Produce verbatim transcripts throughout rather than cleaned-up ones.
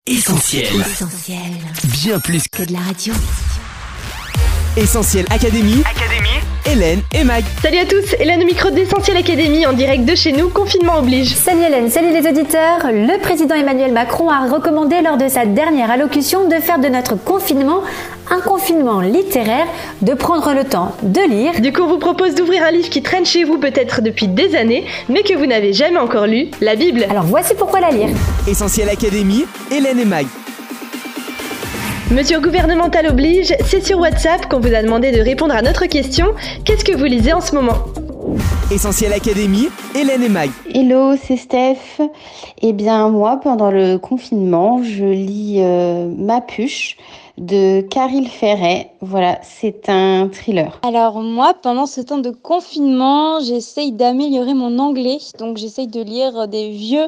Essentiel. Essentiel. Bien plus que de la radio. Essentiel Académie. Académie. Hélène et Mag. Salut à tous, Hélène au micro d'Essentiel Académie en direct de chez nous, confinement oblige. Salut Hélène, salut les auditeurs. Le président Emmanuel Macron a recommandé lors de sa dernière allocution de faire de notre confinement un confinement littéraire, de prendre le temps de lire. Du coup, on vous propose d'ouvrir un livre qui traîne chez vous peut-être depuis des années, mais que vous n'avez jamais encore lu, la Bible. Alors voici pourquoi la lire. Essentiel Académie, Hélène et Mag. Mesure gouvernementale oblige, c'est sur WhatsApp qu'on vous a demandé de répondre à notre question. Qu'est-ce que vous lisez en ce moment ? Essentiel Académie, Hélène et Mag. Hello, c'est Steph. Eh bien, moi, pendant le confinement, je lis euh, Ma Puche de Caril Ferret. Voilà, c'est un thriller. Alors moi, pendant ce temps de confinement, j'essaye d'améliorer mon anglais. Donc j'essaye de lire des vieux,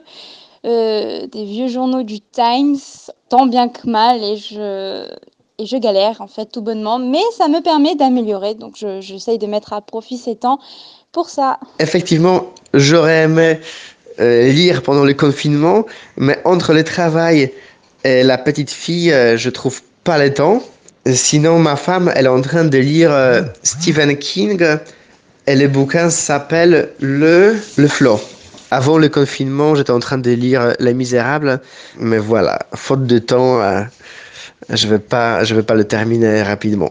euh, des vieux journaux du Times, tant bien que mal, et je, et je galère en fait tout bonnement. Mais ça me permet d'améliorer, donc je, j'essaye de mettre à profit ces temps pour ça. Effectivement, j'aurais aimé euh, lire pendant le confinement, mais entre le travail et la petite fille, euh, je trouve pas le temps. Sinon, ma femme, elle est en train de lire euh, Stephen King et le bouquin s'appelle Le, le Flot. Avant le confinement, j'étais en train de lire Les Misérables, mais voilà, faute de temps, euh, je vais pas, je vais pas le terminer rapidement.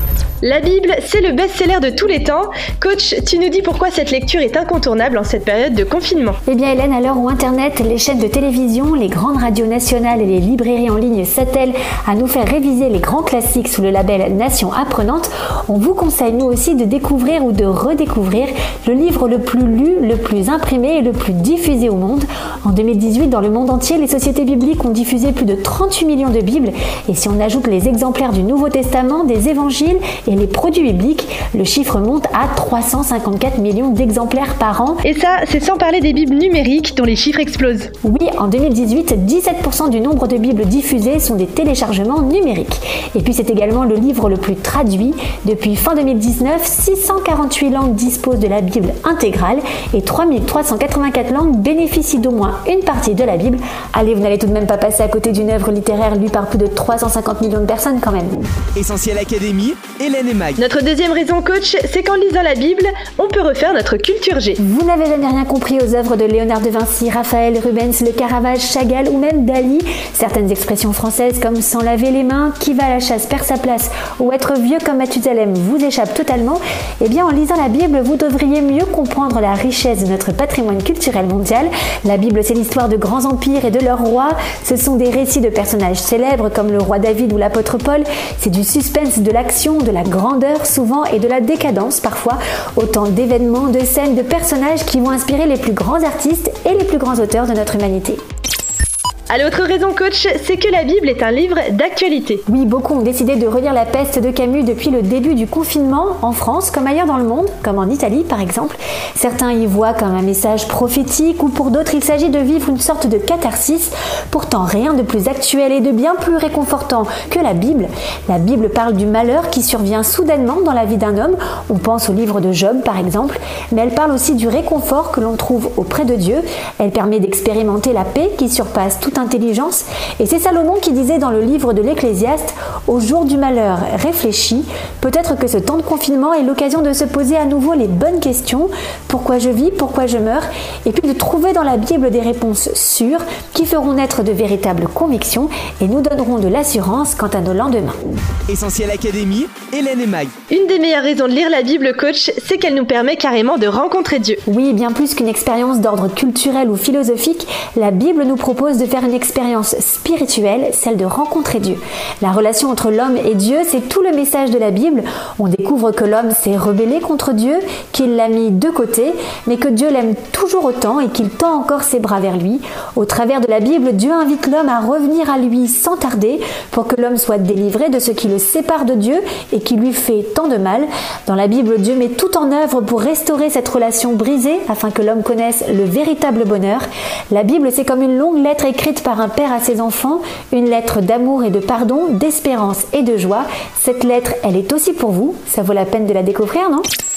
La Bible, c'est le best-seller de tous les temps. Coach, tu nous dis pourquoi cette lecture est incontournable en cette période de confinement. Eh bien Hélène, à l'heure où Internet, les chaînes de télévision, les grandes radios nationales et les librairies en ligne s'attellent à nous faire réviser les grands classiques sous le label Nation Apprenante, on vous conseille nous aussi de découvrir ou de redécouvrir le livre le plus lu, le plus imprimé et le plus diffusé au monde. En deux mille dix-huit, dans le monde entier, les sociétés bibliques ont diffusé plus de trente-huit millions de Bibles. Et si on ajoute les exemplaires du Nouveau Testament, des évangiles et les produits bibliques, le chiffre monte à trois cent cinquante-quatre millions d'exemplaires par an. Et ça, c'est sans parler des Bibles numériques dont les chiffres explosent. Oui, en deux mille dix-huit, dix-sept pour cent du nombre de Bibles diffusées sont des téléchargements numériques. Et puis c'est également le livre le plus traduit. Depuis fin deux mille dix-neuf, six cent quarante-huit langues disposent de la Bible intégrale et trois mille trois cent quatre-vingt-quatre langues bénéficient d'au moins une partie de la Bible. Allez, vous n'allez tout de même pas passer à côté d'une œuvre littéraire lue par plus de trois cent cinquante millions de personnes quand même. Essentiel Académie, Hélène et Mag. Notre deuxième raison, coach, c'est qu'en lisant la Bible, on peut refaire notre culture G. Vous n'avez jamais rien compris aux œuvres de Léonard de Vinci, Raphaël, Rubens, Le Caravage, Chagall ou même Dali. Certaines expressions françaises comme s'en laver les mains, qui va à la chasse perd sa place ou être vieux comme Mathusalem vous échappent totalement. Eh bien, en lisant la Bible, vous devriez mieux comprendre la richesse de notre patrimoine culturel mondial. La Bible, c'est l'histoire de grands empires et de leurs rois. Ce sont des récits de personnages célèbres comme le roi David ou l'apôtre Paul. C'est du suspense, de l'action, de la grandeur souvent et de la décadence parfois. Autant d'événements, de scènes, de personnages qui vont inspirer les plus grands artistes et les plus grands auteurs de notre humanité. À l'autre raison, coach, c'est que la Bible est un livre d'actualité. Oui, beaucoup ont décidé de relire La Peste de Camus depuis le début du confinement, en France comme ailleurs dans le monde, comme en Italie par exemple. Certains y voient comme un message prophétique ou pour d'autres il s'agit de vivre une sorte de catharsis. Pourtant, rien de plus actuel et de bien plus réconfortant que la Bible. La Bible parle du malheur qui survient soudainement dans la vie d'un homme. On pense au livre de Job par exemple, mais elle parle aussi du réconfort que l'on trouve auprès de Dieu. Elle permet d'expérimenter la paix qui surpasse toute intelligence. Et c'est Salomon qui disait dans le livre de l'Ecclésiaste: au jour du malheur, réfléchis. Peut-être que ce temps de confinement est l'occasion de se poser à nouveau les bonnes questions. Pourquoi je vis? Pourquoi je meurs? Et puis de trouver dans la Bible des réponses sûres qui feront naître de véritables convictions et nous donneront de l'assurance quant à nos lendemains. Essentiel Académie, Hélène et Mag. Une des meilleures raisons de lire la Bible, coach, c'est qu'elle nous permet carrément de rencontrer Dieu. Oui, bien plus qu'une expérience d'ordre culturel ou philosophique, la Bible nous propose de faire une expérience spirituelle, celle de rencontrer Dieu. La relation entre l'homme et Dieu, c'est tout le message de la Bible. On découvre que l'homme s'est rebellé contre Dieu, qu'il l'a mis de côté, mais que Dieu l'aime toujours autant et qu'il tend encore ses bras vers lui. Au travers de la Bible, Dieu invite l'homme à revenir à lui sans tarder pour que l'homme soit délivré de ce qui le sépare de Dieu et qui lui fait tant de mal. Dans la Bible, Dieu met tout en œuvre pour restaurer cette relation brisée afin que l'homme connaisse le véritable bonheur. La Bible, c'est comme une longue lettre écrite par un père à ses enfants, une lettre d'amour et de pardon, d'espérance et de joie. Cette lettre, elle est aussi pour vous. Ça vaut la peine de la découvrir, non ?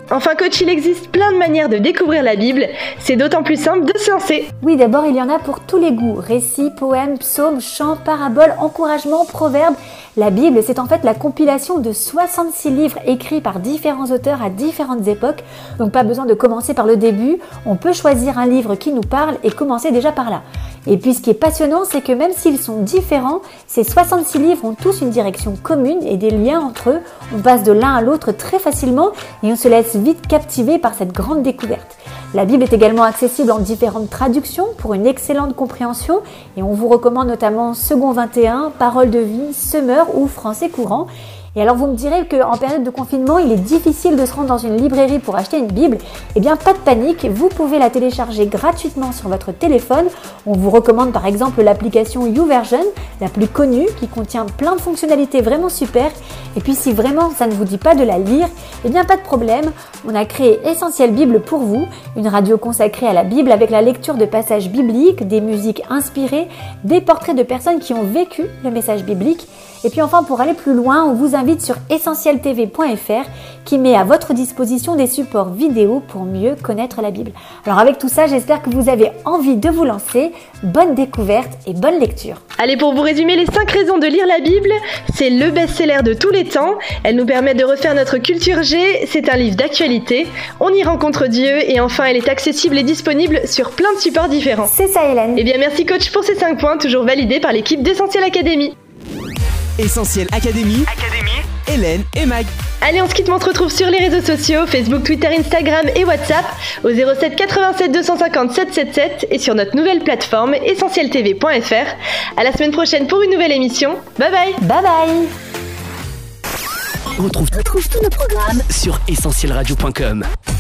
Enfin coach, il existe plein de manières de découvrir la Bible, c'est d'autant plus simple de se lancer. Oui, d'abord il y en a pour tous les goûts, récits, poèmes, psaumes, chants, paraboles, encouragements, proverbes. La Bible, c'est en fait la compilation de soixante-six livres écrits par différents auteurs à différentes époques, donc pas besoin de commencer par le début, on peut choisir un livre qui nous parle et commencer déjà par là. Et puis ce qui est passionnant, c'est que même s'ils sont différents, ces soixante-six livres ont tous une direction commune et des liens entre eux. On passe de l'un à l'autre très facilement et on se laisse vite captiver par cette grande découverte. La Bible est également accessible en différentes traductions pour une excellente compréhension et on vous recommande notamment Second vingt et un, Paroles de vie, Semeur ou Français courant. Et alors vous me direz qu'en période de confinement, il est difficile de se rendre dans une librairie pour acheter une Bible. Eh bien pas de panique, vous pouvez la télécharger gratuitement sur votre téléphone. On vous recommande par exemple l'application YouVersion, la plus connue, qui contient plein de fonctionnalités vraiment super. Et puis si vraiment ça ne vous dit pas de la lire, eh bien pas de problème, on a créé Essentiel Bible pour vous, une radio consacrée à la Bible avec la lecture de passages bibliques, des musiques inspirées, des portraits de personnes qui ont vécu le message biblique. Et puis enfin, pour aller plus loin, on vous invite sur essentiel t v point f r qui met à votre disposition des supports vidéo pour mieux connaître la Bible. Alors avec tout ça, j'espère que vous avez envie de vous lancer. Bonne découverte et bonne lecture. Allez, pour vous résumer les cinq raisons de lire la Bible, c'est le best-seller de tous les temps. Elle nous permet de refaire notre culture G, c'est un livre d'actualité. On y rencontre Dieu et enfin, elle est accessible et disponible sur plein de supports différents. C'est ça, Hélène. Eh bien, merci coach pour ces cinq points, toujours validés par l'équipe d'Essentiel Academy. Essentiel Academy, Academy, Hélène et Mag. Allez, on se quitte, mais on se retrouve sur les réseaux sociaux, Facebook, Twitter, Instagram et WhatsApp au zéro sept quatre-vingt-sept deux cent cinquante sept cent soixante-dix-sept et sur notre nouvelle plateforme essentiel t v point f r. À la semaine prochaine pour une nouvelle émission. Bye bye. Bye bye. On retrouve, retrouve tous nos programmes sur essentiel radio point com.